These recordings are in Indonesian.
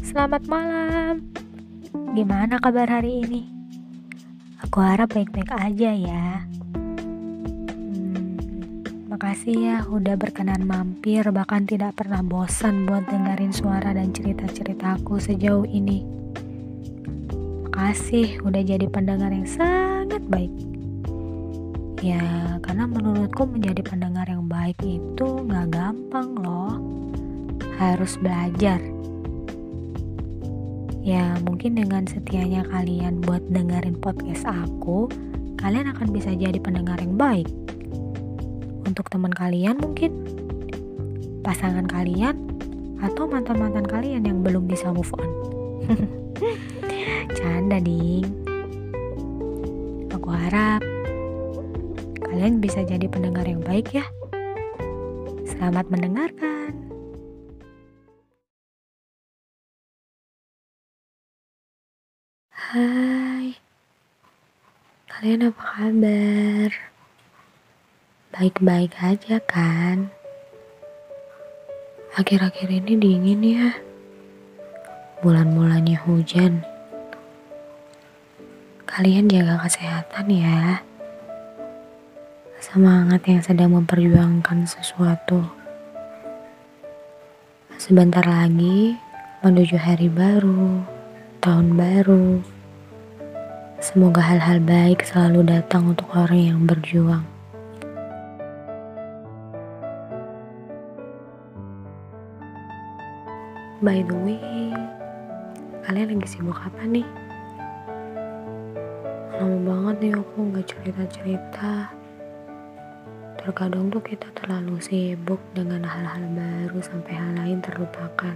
Selamat malam. Gimana kabar hari ini? Aku harap baik-baik aja ya. Makasih ya udah berkenan mampir, bahkan tidak pernah bosan buat dengerin suara dan cerita-ceritaku sejauh ini. Makasih udah jadi pendengar yang sangat baik. Ya, karena menurutku menjadi pendengar yang baik itu gak gampang loh. Harus belajar. Ya, mungkin dengan setianya kalian buat dengerin podcast aku, kalian akan bisa jadi pendengar yang baik. Untuk teman kalian mungkin, pasangan kalian, atau mantan-mantan kalian yang belum bisa move on. Canda ding. Aku harap kalian bisa jadi pendengar yang baik ya. Selamat mendengarkan. Hai, kalian apa kabar? Baik-baik aja kan? Akhir-akhir ini dingin ya. Bulan-bulannya hujan. Kalian jaga kesehatan ya. Semangat yang sedang memperjuangkan sesuatu. Sebentar lagi menuju hari baru, tahun baru. Semoga hal-hal baik selalu datang untuk orang yang berjuang. By the way, kalian lagi sibuk apa nih? Lama banget nih aku gak cerita-cerita. Terkadang tuh kita terlalu sibuk dengan hal-hal baru sampai hal lain terlupakan.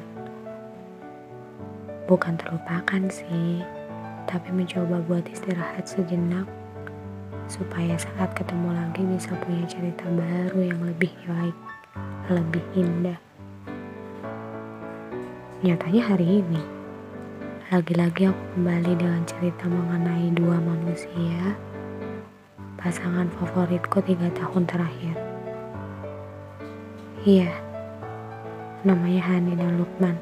Bukan terlupakan sih, tapi mencoba buat istirahat sejenak supaya saat ketemu lagi bisa punya cerita baru yang lebih baik, lebih indah. Nyatanya hari ini lagi-lagi aku kembali dengan cerita mengenai dua manusia, pasangan favoritku 3 tahun terakhir. Iya, namanya Hani dan Lukman.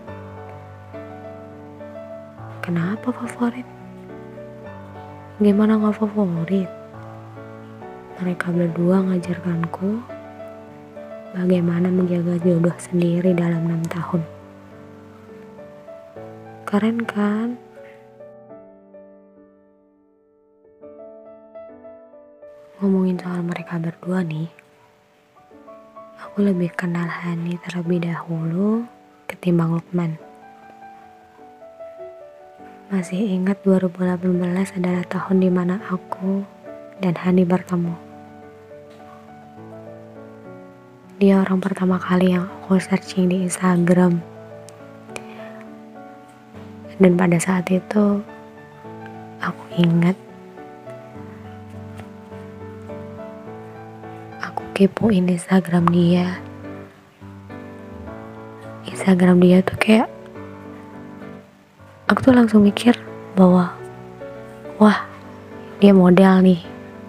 Kenapa favorit? Gimana gak favorit? Mereka berdua ngajarkanku bagaimana menjaga jodoh sendiri dalam 6 tahun. Keren kan? Ngomongin soal mereka berdua nih, aku lebih kenal Hani terlebih dahulu ketimbang Lukman. Masih ingat 2018 adalah tahun dimana aku dan Hani bertemu. Dia orang pertama kali yang aku searching di Instagram. Dan pada saat itu, aku ingat aku kepoin Instagram dia. Instagram dia tuh kayak, aku tuh langsung mikir bahwa, wah, dia model nih.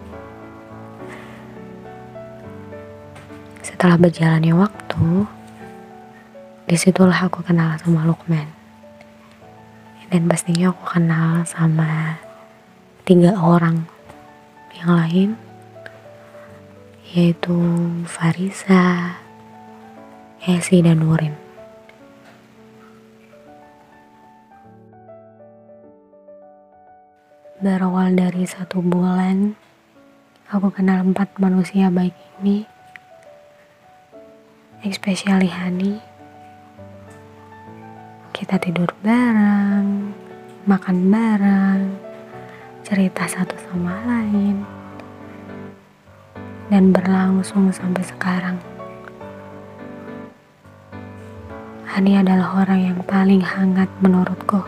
Setelah berjalannya waktu, disitulah aku kenal sama Lukman. Dan pastinya aku kenal sama 3 orang yang lain, yaitu Farisa, Esi, dan Nurin. Berawal dari 1 bulan, aku kenal 4 manusia baik ini, especially Hani. Kita tidur bareng, makan bareng, cerita satu sama lain, dan berlangsung sampai sekarang. Hani adalah orang yang paling hangat menurutku.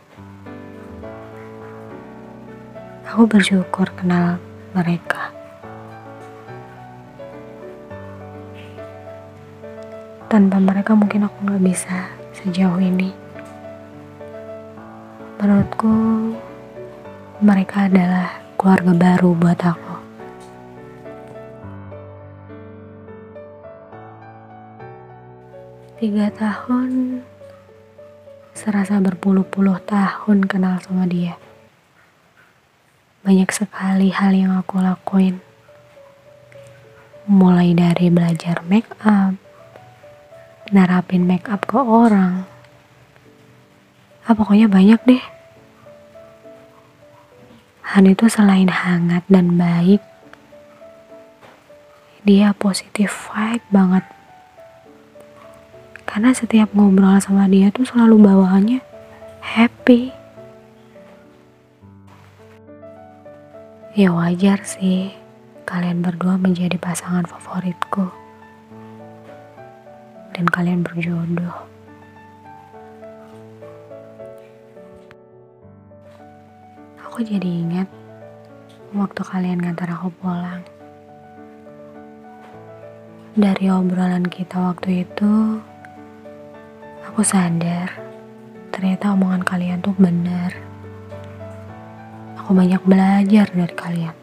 Aku bersyukur kenal mereka. Tanpa mereka mungkin aku gak bisa sejauh ini. Menurutku mereka adalah keluarga baru buat aku. Tiga tahun serasa berpuluh-puluh tahun kenal sama dia. Banyak sekali hal yang aku lakuin. Mulai dari belajar make up, nerapin make up ke orang. Pokoknya banyak deh. Han itu selain hangat dan baik, dia positif vibe banget. Karena setiap ngobrol sama dia tuh selalu bawaannya happy. Ya wajar sih, kalian berdua menjadi pasangan favoritku. Dan kalian berjodoh. Aku jadi ingat waktu kalian ngantar aku pulang. Dari obrolan kita waktu itu, aku sadar ternyata omongan kalian tuh benar. Aku banyak belajar dari kalian.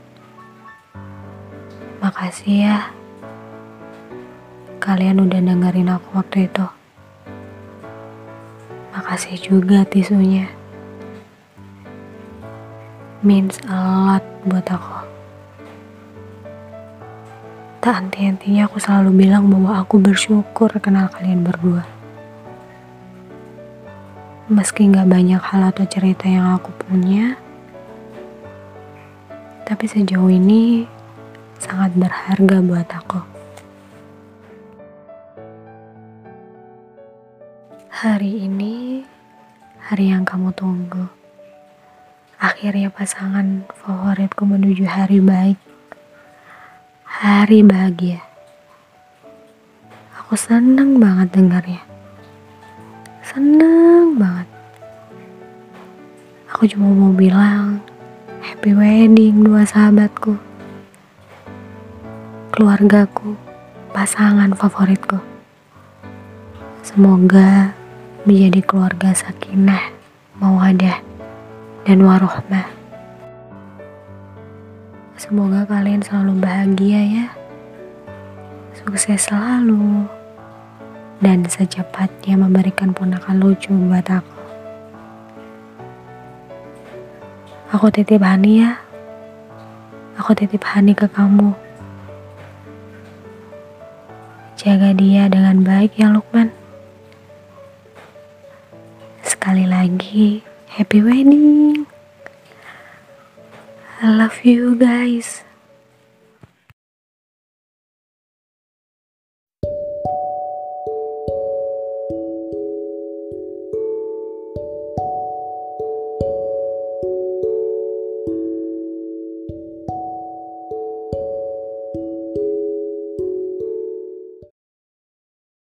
Makasih ya. Kalian udah dengerin aku waktu itu. Makasih juga tisunya. Means a lot buat aku. Tak henti-hentinya aku selalu bilang bahwa aku bersyukur kenal kalian berdua. Meski gak banyak hal atau cerita yang aku punya, tapi sejauh ini sangat berharga buat aku. Hari ini, hari yang kamu tunggu. Akhirnya pasangan favoritku menuju hari baik. Hari bahagia. Aku seneng banget dengarnya. Seneng banget. Aku cuma mau bilang, happy wedding dua sahabatku. Keluargaku, pasangan favoritku. Semoga menjadi keluarga sakinah, mawaddah, dan warohmah. Semoga kalian selalu bahagia ya. Sukses selalu. Dan secepatnya memberikan ponakan lucu buat aku. Aku titip Hani ya. Aku titip Hani ke kamu. Jaga dia dengan baik ya Lukman. Sekali lagi, happy wedding. I love you guys.